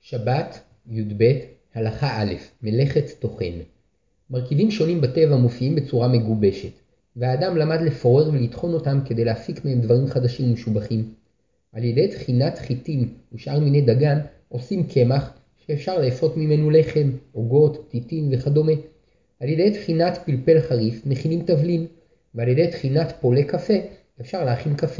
שבת, י"ב, הלכה א', מלאכת טוחן. מרכיבים שונים בטבע מופיעים בצורה מגובשת, והאדם למד לפורר ולטחון אותם כדי להפיק מהם דברים חדשים ומשובחים. על ידי טחינת חיטים ושאר מיני דגן עושים קמח שאפשר לאפות ממנו לחם, עוגות, פתיתים וכדומה. על ידי טחינת פלפל חריף מכינים תבלין, ועל ידי טחינת פולי קפה אפשר להכין קפה.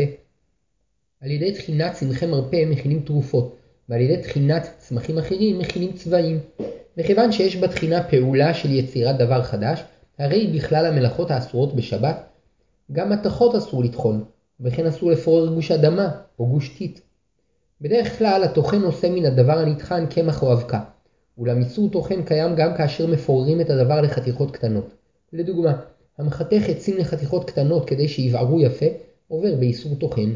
על ידי טחינת צמחי מרפא מכינים תרופות, ועל ידי טחינת צמחים אחרים מכינים צבעים. מכיוון שיש בתחינה פעולה של יצירת דבר חדש, הרי בכלל המלאכות האסורות בשבת, גם מתכות אסור לטחון, וכן אסור לפורר גוש אדמה או גוש טיט. בדרך כלל הטוחן עושה מן הדבר הנטחן קמח או אבקה, אולם איסור טוחן קיים גם כאשר מפוררים את הדבר לחתיכות קטנות. לדוגמה, המחתך עצים לחתיכות קטנות כדי שיבערו יפה עובר באיסור טוחן.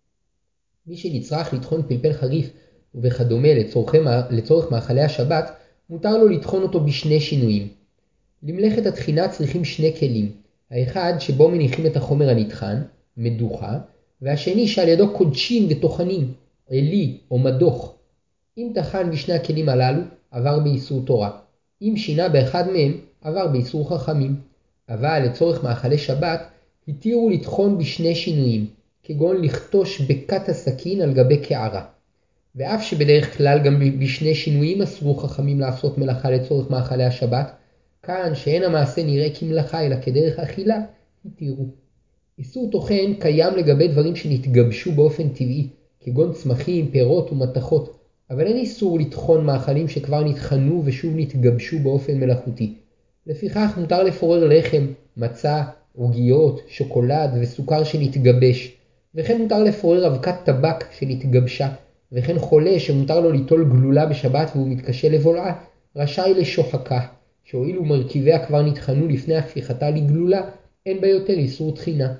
מי שנצרך לטחון פלפל חריף וכדומה לצורך מאכלי השבת, מותר לו לטחון אותו בשני שינויים. למלאכת הטחינה צריכים שני כלים, האחד שבו מניחים את החומר הנטחן, מדוחה, והשני שעל ידו קודשים וטוחנים, עלי או מדוך. אם טחן בשני הכלים הללו, עבר באיסור תורה. אם שינה באחד מהם, עבר באיסור חכמים. אבל לצורך מאכלי שבת, התירו לטחון בשני שינויים, כגון לכתוש בקת הסכין על גבי קערה. ואף שבדרך כלל גם בשני שינויים אסרו חכמים לעשות מלאכה לצורך מאכלי השבת, כאן שאין המעשה נראה כמלאכה אלא כדרך אכילה, התירו. איסור טוחן קיים לגבי דברים שנתגבשו באופן טבעי, כגון צמחים, פירות ומתכות, אבל אין איסור לטחון מאכלים שכבר נטחנו ושוב נתגבשו באופן מלאכותי. לפיכך מותר לפורר לחם, מצה, עוגיות, שוקולד וסוכר שנתגבש, וכן מותר לפורר אבקת טבק שנתגבשה, וכן חולה שמותר לו ליטול גלולה בשבת והוא מתקשה לבולעה, רשאי לשוחקה, שהואילו מרכיביה כבר נטחנו לפני הפיכתה לגלולה, אין בה יותר איסור טחינה.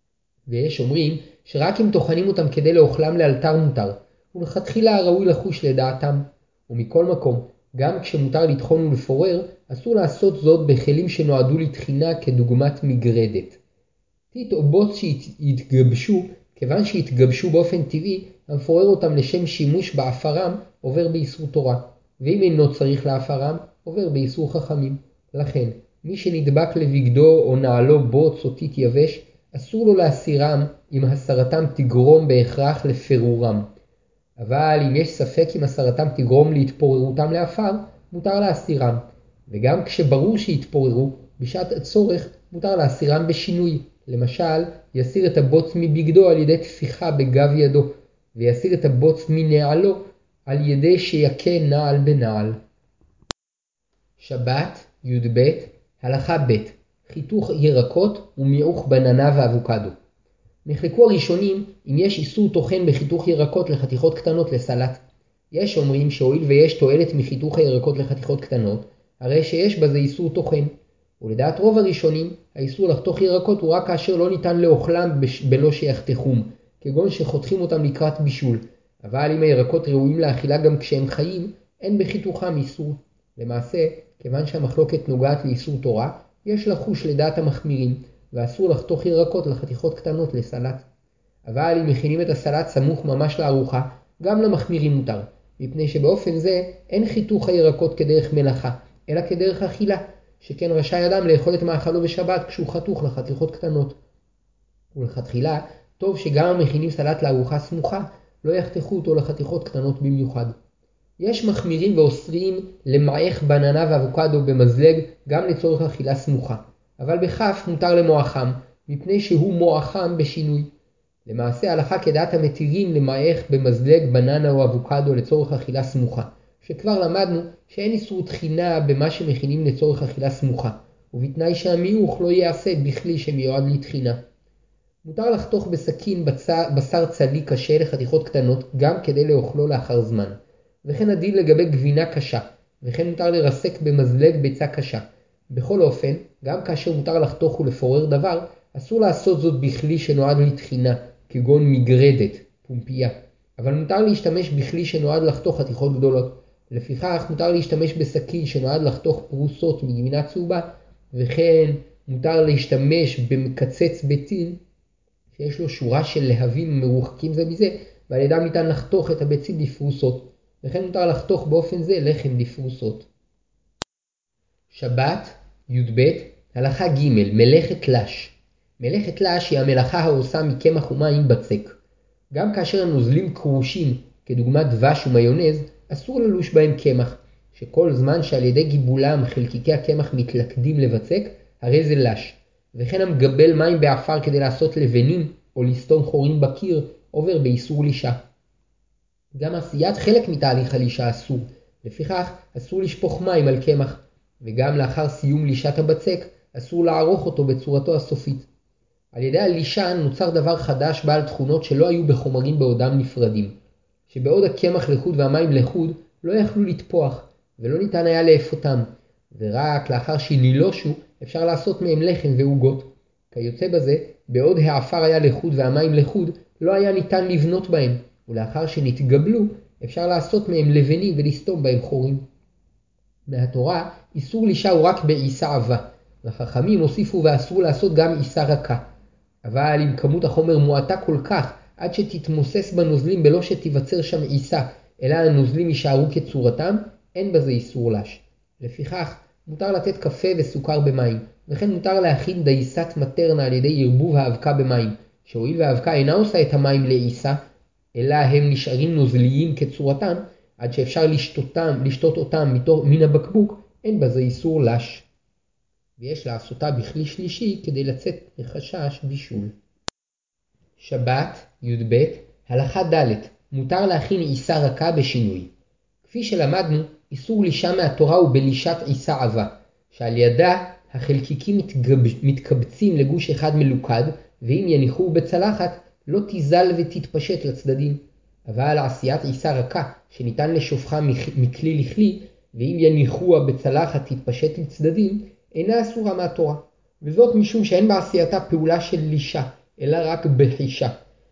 ויש אומרים שרק אם טוחנים אותם כדי לאוכלם לאלתר מותר, ולכתחילה ראוי לחוש לדעתם. ומכל מקום, גם כשמותר לטחון ולפורר, אסור לעשות זאת בכלים שנועדו לטחינה כדוגמת מגרדת. טיט או בוץ שהתגבשו, כיוון שהתגבשו באופן טבעי, המפורר אותם לשם שימוש באפרם עובר באיסור תורה, ואם אינו צריך לאפרם, עובר באיסור חכמים. לכן, מי שנדבק לבגדו או נעלו בוץ או טיט יבש, אסור לו להסירם אם הסרתם תגרום בהכרח לפירורם. אבל אם יש ספק אם הסרתם תגרום להתפוררותם לאפר, מותר להסירם. וגם כשברור שהתפוררו, בשעת הצורך מותר להסירם בשינוי. למשל, יסיר את הבוץ מבגדו על ידי תפיחה בגב ידו, ויסיר את הבוץ מנעלו על ידי שיקה נעל בנעל. שבת, י"ב, הלכה ב', חיתוך ירקות ומיעוך בננה ואבוקדו. נחלקו הראשונים אם יש איסור טוחן בחיתוך ירקות לחתיכות קטנות לסלט. יש אומרים שהואיל ויש תועלת מחיתוך הירקות לחתיכות קטנות, הרי שיש בזה איסור טוחן. ולדעת רוב הראשונים, האיסור לחתוך ירקות הוא רק כאשר לא ניתן לאוכלם בלא שיחתכום, כגון שחותכים אותם לקראת בישול. אבל אם הירקות ראויים לאכילה גם כשהם חיים, אין בחיתוכם איסור. למעשה, כיוון שהמחלוקת נוגעת לאיסור תורה, יש לחוש לדעת המחמירים, ואסור לחתוך ירקות לחתיכות קטנות לסלט. אבל אם מכינים את הסלט סמוך ממש לארוחה, גם למחמירים מותר, מפני שבאופן זה אין חיתוך הירקות כדרך מלאכה, אלא כדרך אכילה, שכן רשאי אדם לאכול את מאכלו בשבת כשהוא חתוך לחתיכות קטנות. ולכתחילה, טוב שגם המכינים סלט לארוחה סמוכה, לא יחתכו אותו לחתיכות קטנות במיוחד. יש מחמירים ואוסרים למעך בננה ואבוקדו במזלג גם לצורך אכילה סמוכה, אבל בכף מותר למועכם, מפני שהוא מועכם בשינוי. למעשה הלכה כדעת המתירים למעך במזלג בננה או אבוקדו לצורך אכילה סמוכה, שכבר למדנו שאין איסור טחינה במה שמכינים לצורך אכילה סמוכה, ובתנאי שהמיוך לא יעשה בכלי שמיועד לטחינה. מותר לחתוך בסכין בשר צלי קשה לחתיכות קטנות גם כדי לאכלו לאחר זמן, וכן הדין לגבי גבינה קשה, וכן מותר לרסק במזלג ביצה קשה. בכל אופן, גם כאשר מותר לחתוך ולפורר דבר, אסור לעשות זאת בכלי שנועד לטחינה, כגון מגרדת, פומפייה. אבל מותר להשתמש בכלי שנועד לחתוך חתיכות גדולות. לפיכך מותר להשתמש בסכין שנועד לחתוך פרוסות מגבינה צהובה, וכן מותר להשתמש במקצץ ביצים שיש לו שורה של להבים מרוחקים זה מזה, ועל ידם ניתן לחתוך את הביצים לפרוסות. וכן מותר לחתוך באופן זה לחם לפרוסות. שבת, י"ב, הלכה ג' מלאכת לש. מלאכת לש היא המלאכה העושה מקמח ומים בצק. גם כאשר הנוזלים קרושים, כדוגמת דבש ומיונז, אסור ללוש בהם קמח, שכל זמן שעל ידי גיבולם חלקיקי הקמח מתלכדים לבצק, הרי זה לש. וכן המגבל מים באפר כדי לעשות לבנים או לסתום חורים בקיר, עובר באיסור לישה. גם עשיית חלק מתהליך הלישה אסור, לפיכך אסור לשפוך מים על קמח, וגם לאחר סיום לישת הבצק אסור לערוך אותו בצורתו הסופית. על ידי הלישה נוצר דבר חדש בעל תכונות שלא היו בחומרים בעודם נפרדים, שבעוד הקמח לחוד והמים לחוד לא יכלו לתפוח ולא ניתן היה לאפותם, ורק לאחר שנילושו אפשר לעשות מהם לחם ועוגות. כיוצא בזה, בעוד העפר היה לחוד והמים לחוד לא היה ניתן לבנות בהם, ולאחר שנתגבלו אפשר לעשות מהם לבנים ולסתום בהם חורים. מהתורה איסור לישה הוא רק בעיסה עבה, והחכמים הוסיפו ואסרו לעשות גם עיסה רכה. אבל אם כמות החומר מועטה כל כך עד שתתמוסס בנוזלים בלא שתיווצר שם עיסה, אלא הנוזלים יישארו כצורתם, אין בזה איסור לש. לפיכך מותר לתת קפה וסוכר במים, וכן מותר להכין דייסת מטרנה על ידי ערבוב האבקה במים, שהואיל והאבקה אינה עושה את המים לעיסה, אלא הם נשארים נוזליים כצורתם, עד שאפשר לשתות אותם מן הבקבוק, אין בזה איסור לש. ויש לעשותה בכלי שלישי כדי לצאת מחשש בישול. שבת, י"ב, הלכה ד' מותר להכין עיסה רכה בשינוי. כפי שלמדנו, איסור לישה מהתורה הוא בלישת עיסה עבה, שעל ידה החלקיקים מתקבצים לגוש אחד מלוכד, ואם יניחו בצלחת לא תיזל ותתפשט לצדדים. אבל עשיית עיסה רכה שניתן לשופחה מכלי לכלי, ואם יניחוה בצלחת תתפשט לצדדים, אינה אסורה מהתורה, וזאת משום שאין בעשייתה פעולה של לישה, אלא רק בחישה.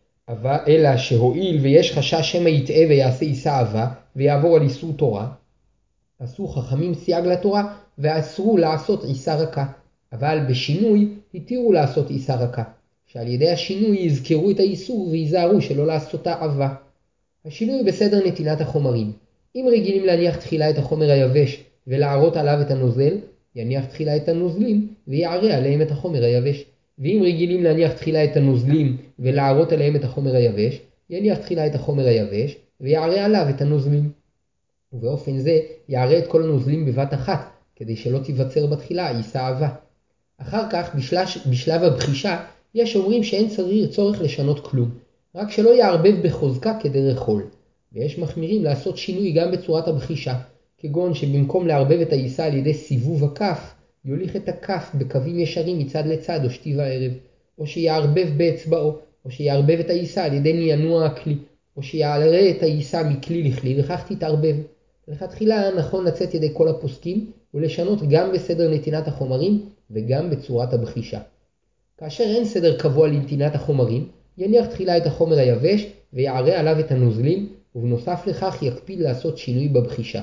אלא שהואיל ויש חשש שמא יטעה ויעשה עיסה עבה ויעבור על איסור תורה, עשו חכמים סייג לתורה ואסרו לעשות עיסה רכה, אבל בשינוי התירו לעשות עיסה רכה, שעל ידי השינוי יזכרו את האיסור ויזהרו שלא לעשותה עבה. השינוי בסדר נתינת החומרים. אם רגילים להניח תחילה את החומר היבש ולערות עליו את הנוזל, יניח תחילה את הנוזלים ויערה עליהם את החומר היבש. ואם רגילים להניח תחילה את הנוזלים ולערות עליהם את החומר היבש, יניח תחילה את החומר היבש ויערה עליו את הנוזלים. ובאופן זה יערה את כל הנוזלים בבת אחת, כדי שלא תיווצר בתחילה עיסה עבה. אחר כך, בשלב הבחישה, יש אומרים שאין צורך לשנות כלום, רק שלא יערבב בחוזקה כדרך חול. ויש מחמירים לעשות שינוי גם בצורת הבחישה, כגון שבמקום לערבב את העיסה על ידי סיבוב הכף, יוליך את הכף בקווים ישרים מצד לצד או שתי וערב, או שיערבב באצבעו, או שיערבב את העיסה על ידי נענוע הכלי, או שיערה את העיסה מכלי לכלי וכך תתערבב. לכתחילה נכון לצאת ידי כל הפוסקים ולשנות גם בסדר נתינת החומרים וגם בצורת הבחישה. כאשר אין סדר קבוע לנתינת החומרים, יניח תחילה את החומר היבש ויערה עליו את הנוזלים, ובנוסף לכך יקפיד לעשות שינוי בבחישה.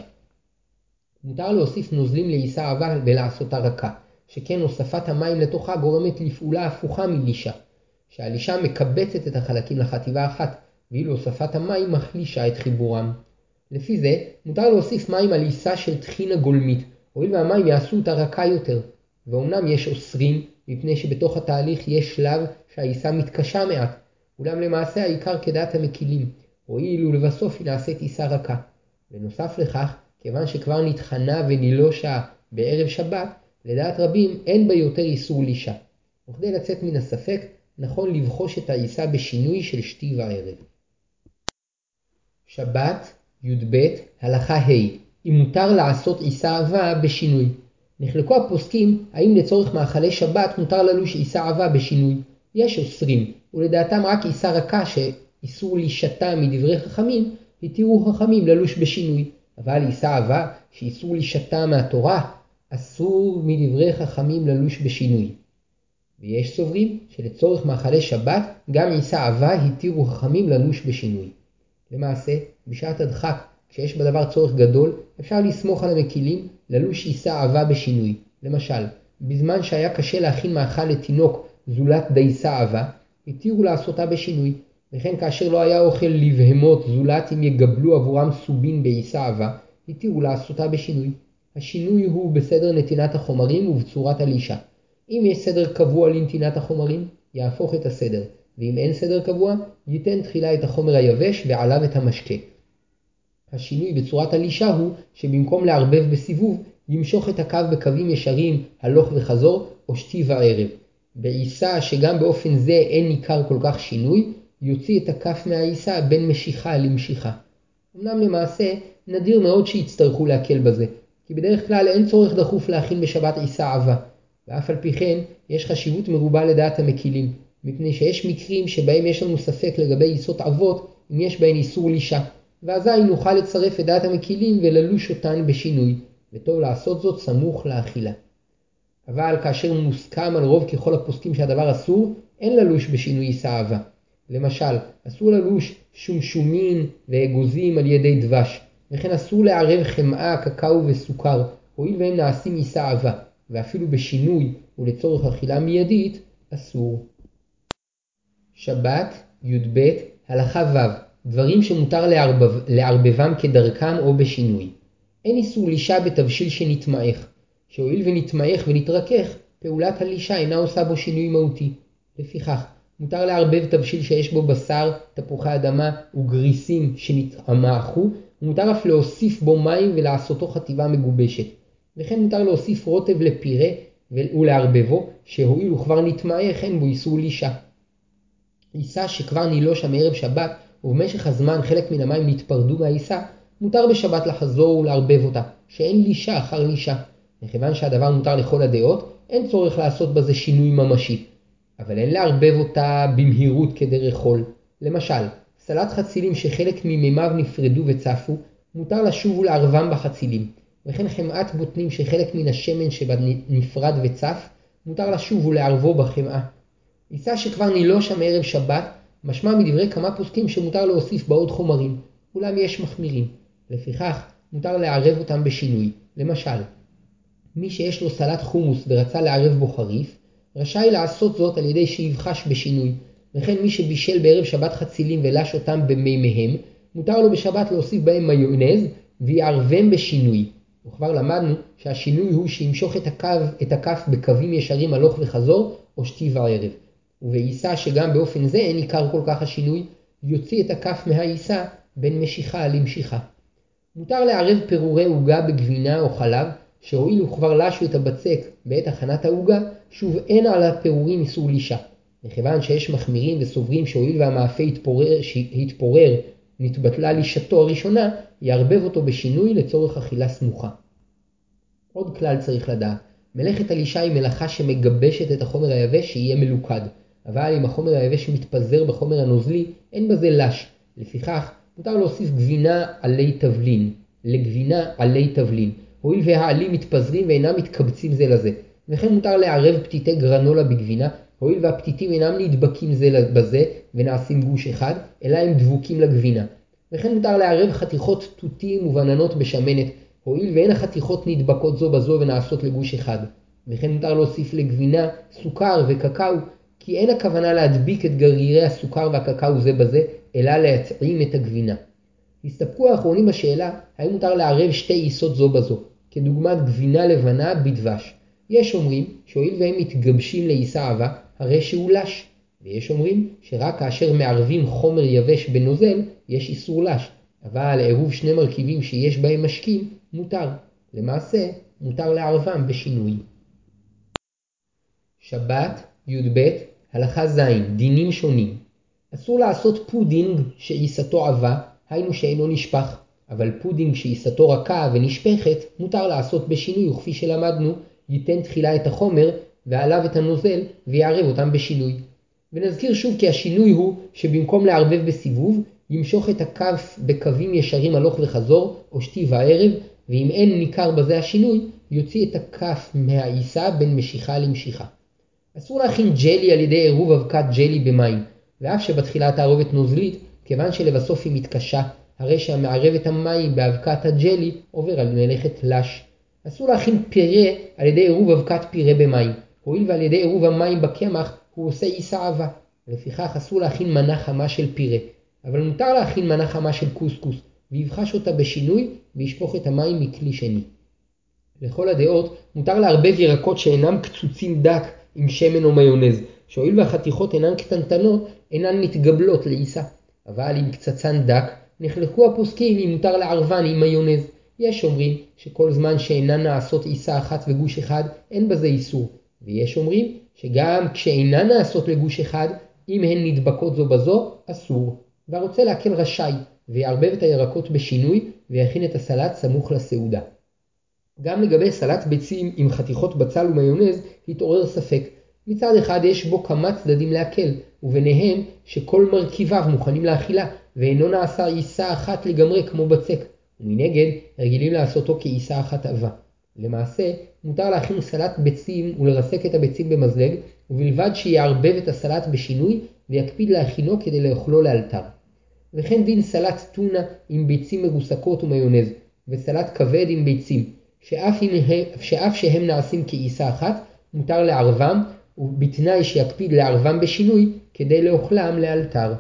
מותר להוסיף נוזלים לעיסה עבה ולעשותה רכה, שכן הוספת המים לתוכה גורמת לפעולה הפוכה מלישה, שהלישה מקבצת את החלקים לחטיבה אחת, ואילו הוספת המים מחלישה את חיבורם. לפי זה, מותר להוסיף מים על עיסה של טחינה גולמית, הואיל והמים יעשו אותה רכה יותר, ואומנם יש אוסרים, מפני שבתוך התהליך יש שלב שהעיסה מתקשה מעט, אולם למעשה העיקר כדעת המקילים, הואיל ולבסוף היא נעשית עיסה רכה. בנוסף לכך, כיוון שכבר נטחנה ונילושה בערב שבת, לדעת רבים אין בה יותר איסור לישה. וכדי לצאת מן הספק, נכון לבחוש את העיסה בשינוי של שתי וערב. שבת, י"ב, הלכה ה' אם מותר לעשות עיסה עבה בשינוי. נחלקו הפוסקים האם לצורך מאכלי שבת מותר ללוש עיסה עבה בשינוי. יש אוסרים, ולדעתם רק עיסה רכה שאיסור לישתה מדברי חכמים, התירו חכמים ללוש בשינוי. אבל עיסה עבה שאיסור לישתה מהתורה, אסור מדברי חכמים ללוש בשינוי. ויש סוברים שלצורך מאכלי שבת גם עיסה עבה התירו חכמים ללוש בשינוי. למעשה, בשעת הדחק, כשיש בדבר צורך גדול, אפשר לסמוך על המקילים ללוש עיסה עבה בשינוי. למשל, בזמן שהיה קשה להכין מאכל לתינוק זולת דייסה עבה, התירו לעשותה בשינוי, וכן כאשר לא היה אוכל לבהמות זולת אם יגבלו עבורם סובין בעיסה אהבה, התירו לעשותה בשינוי. השינוי הוא בסדר נתינת החומרים ובצורת הלישה. אם יש סדר קבוע לנתינת החומרים, יהפוך את הסדר, ואם אין סדר קבוע, ייתן תחילה את החומר היבש ועליו את המשקה. השינוי בצורת הלישה הוא שבמקום לערבב בסיבוב, ימשוך את הקו בקווים ישרים הלוך וחזור או שתי וערב. בעיסה שגם באופן זה אין ניכר כל כך שינוי, יוציא את הכף מהעיסה בין משיכה למשיכה. אמנם למעשה נדיר מאוד שיצטרכו להקל בזה, כי בדרך כלל אין צורך דחוף להכין בשבת עיסה עבה, ואף על פי כן יש חשיבות מרובה לדעת המקילים, מפני שיש מקרים שבהם יש לנו ספק לגבי עיסות עבות אם יש בהן איסור לישה, ואזי נוכל לצרף את דעת המקילים וללוש אותן בשינוי, וטוב לעשות זאת סמוך לאכילה. אבל כאשר מוסכם על רוב ככל הפוסקים שהדבר אסור, אין ללוש בשינוי עיסה עבה. למשל, אסור ללוש שומשומין ואגוזים על ידי דבש, וכן אסור לערב חמאה, קקאו וסוכר, הואיל והם נעשים עיסה עבה, ואפילו בשינוי ולצורך אכילה מיידית, אסור. שבת, י"ב, הלכה ו', דברים שמותר לערבבם כדרכם או בשינוי. אין איסור לישה בתבשיל שנתמעך, שהואיל ונתמעך ונתרכך, פעולת הלישה אינה עושה בו שינוי מהותי. לפיכך, מותר לערבב תבשיל שיש בו בשר, תפוחי אדמה וגריסים שנתמעכו, ומותר אף להוסיף בו מים ולעשותו חטיבה מגובשת. וכן מותר להוסיף רוטב לפירה ולערבבו, שהואיל וכבר נתמעך אין בו איסור לישה. עיסה שכבר נילושה מערב שבת ובמשך הזמן חלק מן המים נתפרדו מהעיסה, מותר בשבת לחזור ולערבב אותה, שאין לישה אחר לישה. מכיוון שהדבר מותר לכל הדעות, אין צורך לעשות בזה שינוי ממשי. אבל אין לערבב אותה במהירות כדרך חול. למשל, סלט חצילים שחלק ממימיו נפרדו וצפו, מותר לשוב ולערבם בחצילים. וכן חמאת בוטנים שחלק מן השמן שבה נפרד וצף, מותר לשוב ולערבו בחמאה. עיסה שכבר נילושה מערב שבת, משמע מדברי כמה פוסקים שמותר להוסיף בה עוד חומרים, אולם יש מחמירים. לפיכך, מותר לערב אותם בשינוי. למשל, מי שיש לו סלט חומוס ורצה לערב בו חריף, רשאי לעשות זאת על ידי שיבחש בשינוי. וכן מי שבישל בערב שבת חצילים ולש אותם במימיהם, מותר לו בשבת להוסיף בהם מיונז ויערבם בשינוי. וכבר למדנו שהשינוי הוא שימשוך את הכף בקווים ישרים הלוך וחזור או שתי וערב. ובעיסה שגם באופן זה אין עיקר כל כך השינוי, יוציא את הכף מהעיסה בין משיכה למשיכה. מותר לערב פירורי עוגה בגבינה או חלב, שהואיל וכבר לשו את הבצק בעת הכנת העוגה, שוב אין על הפירורים איסור לישה. מכיוון שיש מחמירים וסוברים שהואיל והמאפה התפורר נתבטלה לישתו הראשונה, יערבב אותו בשינוי לצורך אכילה סמוכה. עוד כלל צריך לדעת, מלאכת הלישה היא מלאכה שמגבשת את החומר היבש שיהיה מלוכד, אבל אם החומר היבש מתפזר בחומר הנוזלי, אין בזה לש. לפיכך, מותר להוסיף גבינה עלי תבלין, לגבינה עלי תבלין, הואיל והעלים מתפזרים ואינם מתקבצים זה לזה. וכן מותר לערב פתיתי גרנולה בגבינה, הואיל והפתיתים אינם נדבקים זה בזה ונעשים גוש אחד, אלא הם דבוקים לגבינה. וכן מותר לערב חתיכות תותים ובננות בשמנת, הואיל ואין החתיכות נדבקות זו בזו ונעשות לגוש אחד. וכן מותר להוסיף לגבינה סוכר וקקאו, כי אין הכוונה להדביק את גרגירי הסוכר והקקאו זה בזה, אלא להטעים את הגבינה. הסתפקו האחרונים בשאלה, האם מותר לערב שתי עיסות זו בזו, כדוגמת גבינה לבנה בדבש. יש אומרים שהואיל והם מתגבשים לעיסה עבה, הרי שהוא לש. ויש אומרים שרק כאשר מערבים חומר יבש בנוזל, יש איסור לש. אבל עירוב שני מרכיבים שיש בהם משקים, מותר. למעשה, מותר לערבם בשינוי. שבת, י"ב, הלכה ז', דינים שונים. אסור לעשות פודינג שעיסתו עבה, היינו שאינו נשפך, אבל פודינג שעיסתו רכה ונשפכת, מותר לעשות בשינוי, וכפי שלמדנו, ייתן תחילה את החומר ועליו את הנוזל ויערב אותם בשינוי. ונזכיר שוב כי השינוי הוא שבמקום לערבב בסיבוב, ימשוך את הכף בקווים ישרים הלוך וחזור או שתי וערב, ואם אין ניכר בזה השינוי, יוציא את הכף מהעיסה בין משיכה למשיכה. אסור להכין ג'לי על ידי עירוב אבקת ג'לי במים, ואף שבתחילה תערובת נוזלית, כיוון שלבסוף היא מתקשה, הרי שהמערב את המים באבקת הג'לי עובר על מלאכת לש. אסור להכין פירה על ידי עירוב אבקת פירה במים, הואיל ועל ידי עירוב המים בקמח הוא עושה עיסה עבה. לפיכך אסור להכין מנה חמה של פירה, אבל מותר להכין מנה חמה של קוסקוס, ויבחש אותה בשינוי וישפוך את המים מכלי שני. לכל הדעות מותר לערבב ירקות שאינם קצוצים דק עם שמן או מיונז, שהואיל והחתיכות אינן קטנטנות, אינן מתגבלות לעיסה. אבל אם קצצן דק, נחלקו הפוסקים אם מותר לערבן עם מיונז. יש אומרים שכל זמן שאינן נעשות עיסה אחת וגוש אחד, אין בזה איסור. ויש אומרים שגם כשאינן נעשות לגוש אחד, אם הן נדבקות זו בזו, אסור. והרוצה להקל רשאי, ויערבב את הירקות בשינוי, ויכין את הסלט סמוך לסעודה. גם לגבי סלט ביצים עם חתיכות בצל ומיונז התעורר ספק. מצד אחד יש בו כמה צדדים להקל, וביניהם שכל מרכיביו מוכנים לאכילה, ואינו נעשה עיסה אחת לגמרי כמו בצק, ומנגד רגילים לעשותו כעיסה אחת עבה. למעשה, מותר להכין סלט ביצים ולרסק את הביצים במזלג, ובלבד שיערבב את הסלט בשינוי ויקפיד להכינו כדי לאכלו לאלתר. וכן דין סלט טונה עם ביצים מרוסקות ומיונז, וסלט כבד עם ביצים, שאף שהם נעשים כעיסה אחת, מותר לערבם, ובתנאי שיקפיד לערבם בשינוי כדי לאוכלם לאלתר.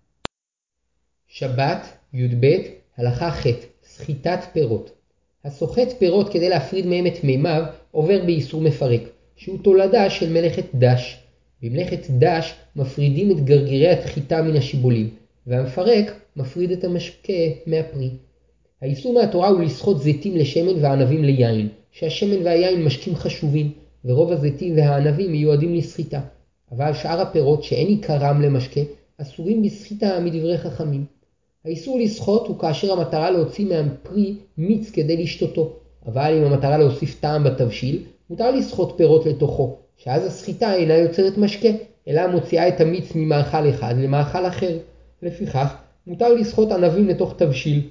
שבת, י"ב, הלכה ח' סחיטת פירות. הסוחט פירות כדי להפריד מהם את מימיו עובר באיסור מפרק, שהוא תולדה של מלאכת דש. במלאכת דש מפרידים את גרגירי התחיטה מן השיבולים, והמפרק מפריד את המשקה מהפרי. האיסור מהתורה הוא לסחוט זיתים לשמן וענבים ליין, שהשמן והיין משקים חשובים, ורוב הזיתים והענבים מיועדים לסחיטה. אבל שאר הפירות שאין עיקרם למשקה, אסורים בסחיטה מדברי חכמים. האיסור לסחוט הוא כאשר המטרה להוציא מהפרי מיץ כדי לשתותו, אבל אם המטרה להוסיף טעם בתבשיל, מותר לסחוט פירות לתוכו, שאז הסחיטה אינה יוצרת משקה, אלא מוציאה את המיץ ממאכל אחד למאכל אחר. לפיכך, מותר לסחוט ענבים לתוך תבשיל,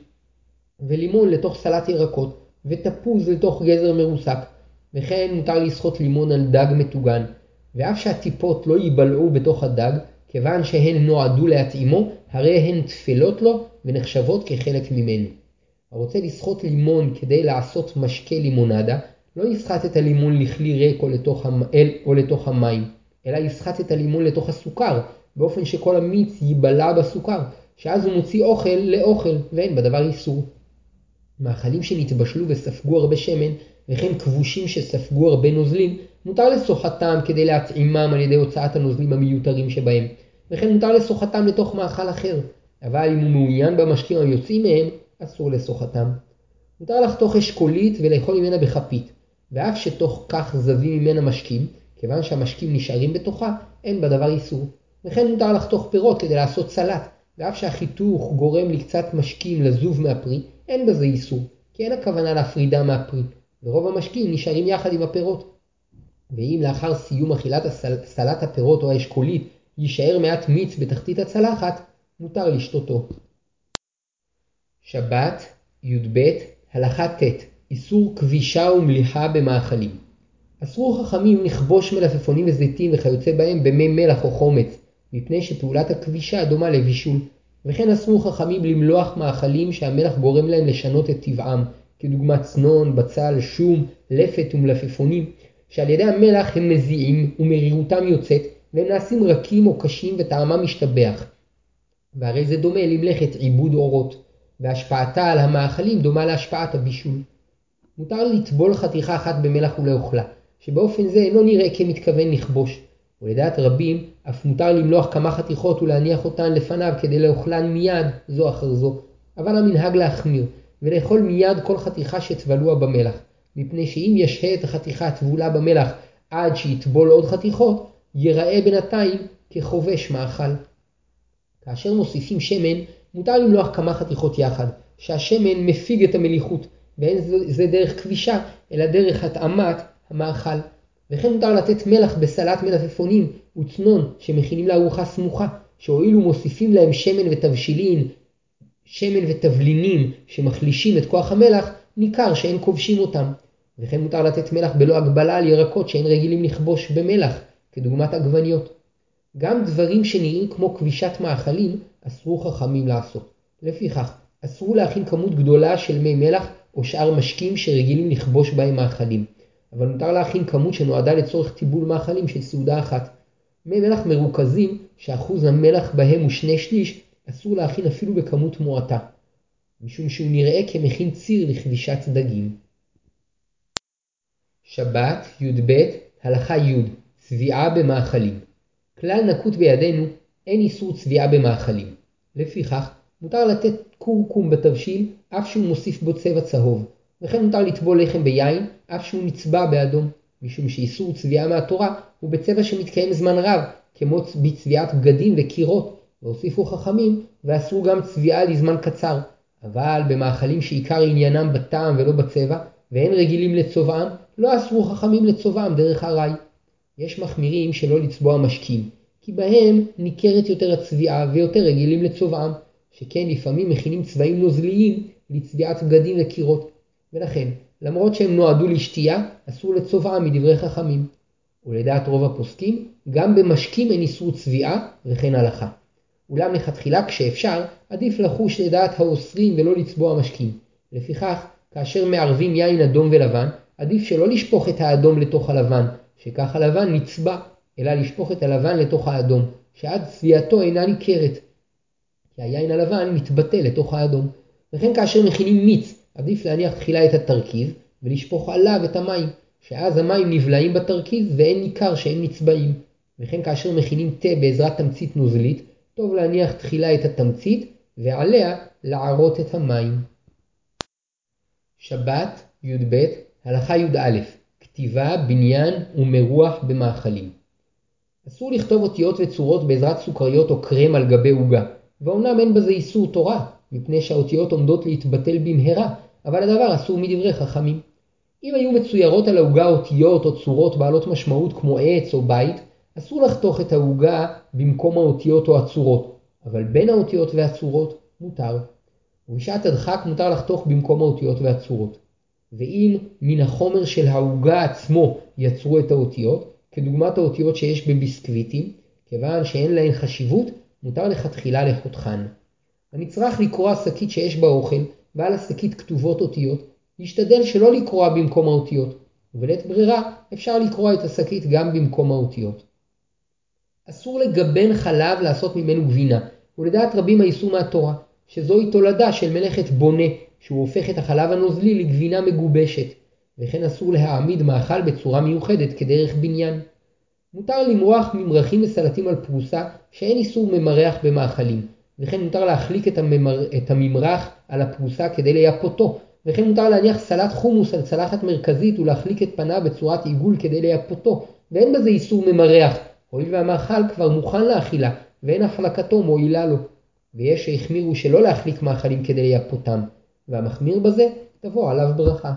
ולימון לתוך סלט ירקות, ותפוז לתוך גזר מרוסק, וכן מותר לסחוט לימון על דג מטוגן, ואף שהטיפות לא ייבלעו בתוך הדג, כיוון שהן נועדו להתאימו, הרי הן תפלות לו ונחשבות כחלק ממנו. הרוצה לסחוט לימון כדי לעשות משקה לימונדה, לא יסחט את הלימון לכלי ריק או לתוך המים, אלא יסחט את הלימון לתוך הסוכר, באופן שכל המיץ ייבלע בסוכר, שאז הוא מוציא אוכל לאוכל, ואין בדבר איסור. מאכלים שנתבשלו וספגו הרבה שמן, וכן כבושים שספגו הרבה נוזלים, מותר לסוחטם כדי להתאימם על ידי הוצאת הנוזלים המיותרים שבהם, וכן מותר לסוחטם לתוך מאכל אחר, אבל אם הוא מעוניין במשקים היוצאים מהם, אסור לסוחטם. מותר לחתוך אשכולית ולאכול ממנה בכפית, ואף שתוך כך זבים ממנה משקים, כיוון שהמשקים נשארים בתוכה, אין בדבר איסור. וכן מותר לחתוך פירות כדי לעשות סלט, ואף שהחיתוך גורם לקצת משקים לזוב מהפרי, אין בזה איסור, כי אין הכוונה להפרידה מהפרי, ורוב המשקים נשארים יחד עם הפירות. ואם לאחר סיום אכילת סלט הפירות או האשכולית יישאר מעט מיץ בתחתית הצלחת, מותר לשתותו. שבת, י"ב, הלכה ט' איסור כבישה ומליחה במאכלים. אסרו חכמים לכבוש מלפפונים וזיתים וכיוצא בהם במי מלח או חומץ, מפני שפעולת הכבישה דומה לבישול. וכן אסרו חכמים למלוח מאכלים שהמלח גורם להם לשנות את טבעם, כדוגמת צנון, בצל, שום, לפת ומלפפונים, שעל ידי המלח הם מזיעים ומרירותם יוצאת, והם נעשים רכים או קשים וטעמם משתבח. והרי זה דומה למלאכת עיבוד אורות, והשפעתה על המאכלים דומה להשפעת הבישול. מותר לטבול חתיכה אחת במלח ולאוכלה, שבאופן זה אינו נראה כמתכוון לכבוש. ולדעת רבים, אף מותר למלוח כמה חתיכות ולהניח אותן לפניו כדי לאוכלן מיד זו אחר זו. אבל המנהג להחמיר, ולאכול מיד כל חתיכה שטבלוה במלח, מפני שאם ישהה את החתיכה הטבולה במלח עד שיטבול עוד חתיכות, ייראה בינתיים כחובש מאכל. כאשר מוסיפים שמן, מותר למלוח כמה חתיכות יחד, שהשמן מפיג את המליחות, ואין זה דרך כבישה, אלא דרך התאמת המאכל. וכן מותר לתת מלח בסלט מלפפונים וצנון שמכינים לארוחה סמוכה, שהואילו מוסיפים להם שמן ותבלינים שמחלישים את כוח המלח, ניכר שאין כובשים אותם. וכן מותר לתת מלח בלא הגבלה על ירקות שאין רגילים לכבוש במלח, כדוגמת עגבניות. גם דברים שנראים כמו כבישת מאכלים אסרו חכמים לעשות. לפיכך, אסרו להכין כמות גדולה של מי מלח או שאר משקים שרגילים לכבוש בהם מאכלים. אבל מותר להכין כמות שנועדה לצורך טיבול מאכלים של סעודה אחת. מי מלח מרוכזים שאחוז המלח בהם הוא 2/3, אסור להכין אפילו בכמות מועטה, משום שהוא נראה כמכין ציר לכבישת דגים. שבת י"ב הלכה י' צביעה במאכלים. כלל נקוט בידינו, אין איסור צביעה במאכלים. לפיכך, מותר לתת קורקום בתבשיל אף שהוא מוסיף בו צבע צהוב, וכן מותר לטבול לחם ביין אף שהוא נצבע באדום, משום שאיסור צביעה מהתורה הוא בצבע שמתקיים זמן רב, כמו בצביעת בגדים וקירות, והוסיפו חכמים ואסרו גם צביעה לזמן קצר. אבל במאכלים שעיקר עניינם בטעם ולא בצבע, ואין רגילים לצובעם, לא אסרו חכמים לצובעם דרך הרי. יש מחמירים שלא לצבוע משקים, כי בהם ניכרת יותר הצביעה ויותר רגילים לצובעם, שכן לפעמים מכינים צבעים נוזליים לצביעת בגדים וקירות, ולכן למרות שהם נועדו לשתייה, אסור לצובעם מדברי חכמים. ולדעת רוב הפוסקים, גם במשקים אין איסור צביעה וכן הלכה. אולם לכתחילה כשאפשר, עדיף לחוש לדעת האוסרים ולא לצבוע משקים. לפיכך, כאשר מערבים יין אדום ולבן, עדיף שלא לשפוך את האדום לתוך הלבן, שכך הלבן נצבע, אלא לשפוך את הלבן לתוך האדום, שעד צביעתו אינה ניכרת, כי היין הלבן מתבטא לתוך האדום. וכן כאשר מכינים מיץ, עדיף להניח תחילה את התרכיב, ולשפוך עליו את המים, שאז המים נבלעים בתרכיב ואין ניכר שהם נצבעים. וכן כאשר מכינים תה בעזרת תמצית נוזלית, טוב להניח תחילה את התמצית, ועליה לערות את המים. שבת י"ב הלכה י"א כתיבה, בניין ומרוח במאכלים. אסור לכתוב אותיות וצורות בעזרת סוכריות או קרם על גבי עוגה, ואומנם אין בזה איסור תורה, מפני שהאותיות עומדות להתבטל במהרה, אבל הדבר אסור מדברי חכמים. אם היו מצוירות על העוגה אותיות או צורות בעלות משמעות כמו עץ או בית, אסור לחתוך את העוגה במקום האותיות או הצורות, אבל בין האותיות והצורות מותר. ובשעת הדחק מותר לחתוך במקום האותיות והצורות. ואם מן החומר של העוגה עצמו יצרו את האותיות, כדוגמת האותיות שיש בביסקוויטים, כיוון שאין להן חשיבות, מותר לכתחילה לחותכן. הנצרך לקרוע שקית שיש בה אוכל, ועל השקית כתובות אותיות, להשתדל שלא לקרוע במקום האותיות, ובלית ברירה אפשר לקרוע את השקית גם במקום האותיות. אסור לגבן חלב לעשות ממנו גבינה, ולדעת רבים האיסור מהתורה, שזוהי תולדה של מלאכת בונה, שהוא הופך את החלב הנוזלי לגבינה מגובשת, וכן אסור להעמיד מאכל בצורה מיוחדת כדרך בניין. מותר למרוח ממרחים וסלטים על פרוסה שאין איסור ממרח במאכלים, וכן מותר להחליק את הממרח על הפרוסה כדי לייפותו, וכן מותר להניח סלט חומוס על צלחת מרכזית ולהחליק את פניו בצורת עיגול כדי לייפותו, ואין בזה איסור ממרח, הואיל והמאכל כבר מוכן לאכילה, ואין החלקתו מועילה לו. ויש שהחמירו שלא להחליק מאכלים כדי לייפותם, והמחמיר בזה תבוא עליו ברכה.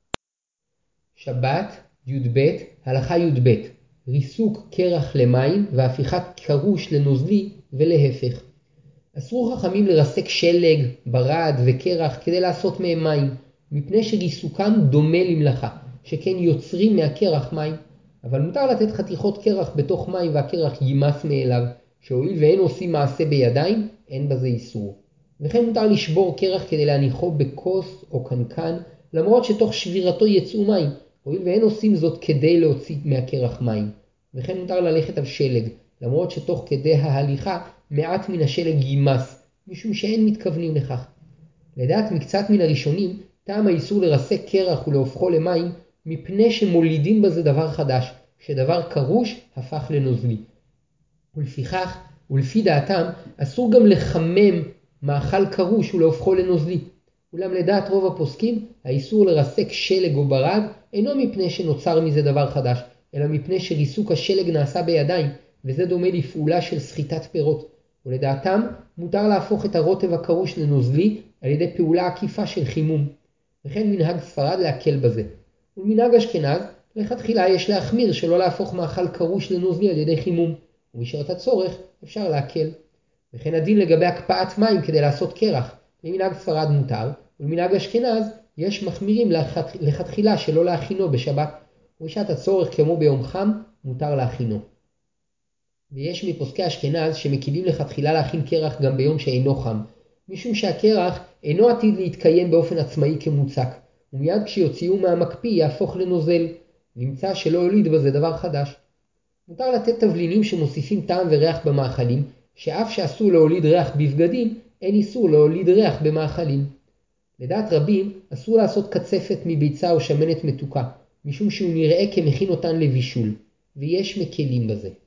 שבת י"ב הלכה י"ב ריסוק קרח למים והפיכת קרוש לנוזלי ולהפך. אסרו חכמים לרסק שלג, ברד וקרח כדי לעשות מהם מים, מפני שריסוקם דומה למלאכה, שכן יוצרים מהקרח מים. אבל מותר לתת חתיכות קרח בתוך מים והקרח יימס מאליו, שהואיל ואין עושים מעשה בידיים, אין בזה איסור. וכן מותר לשבור קרח כדי להניחו בכוס או קנקן, למרות שתוך שבירתו יצאו מים, הואיל ואין עושים זאת כדי להוציא מהקרח מים. וכן מותר ללכת על שלג, למרות שתוך כדי ההליכה מעט מן השלג יימס, משום שאין מתכוונים לכך. לדעת מקצת מן הראשונים, טעם האיסור לרסק קרח ולהופכו למים, מפני שמולידים בזה דבר חדש, שדבר קרוש הפך לנוזלי. ולפיכך, ולפי דעתם, אסור גם לחמם מאכל קרוש ולהופכו לנוזלי. אולם לדעת רוב הפוסקים, האיסור לרסק שלג או ברד אינו מפני שנוצר מזה דבר חדש, אלא מפני שריסוק השלג נעשה בידיים, וזה דומה לפעולה של סחיטת פירות. ולדעתם, מותר להפוך את הרוטב הקרוש לנוזלי על ידי פעולה עקיפה של חימום. וכן מנהג ספרד להקל בזה. ומנהג אשכנז, לכתחילה יש להחמיר שלא להפוך מאכל קרוש לנוזלי על ידי חימום, ובשעות הצורך אפשר להקל. וכן הדין לגבי הקפאת מים כדי לעשות קרח, למנהג ספרד מותר, ולמנהג אשכנז יש מחמירים לכתחילה שלא להכינו בשבת, ובשעת הצורך כמו ביום חם מותר להכינו. ויש מפוסקי אשכנז שמקילים לכתחילה להכין קרח גם ביום שאינו חם, משום שהקרח אינו עתיד להתקיים באופן עצמאי כמוצק, ומיד כשיוציאו מהמקפיא יהפוך לנוזל, נמצא שלא הוליד בזה דבר חדש. מותר לתת תבלינים שמוסיפים טעם וריח במאכלים, שאף שאסור להוליד ריח בבגדים, אין איסור להוליד ריח במאכלים. לדעת רבים, אסור לעשות קצפת מביצה או שמנת מתוקה, משום שהוא נראה כמכין אותן לבישול, ויש מקלים בזה.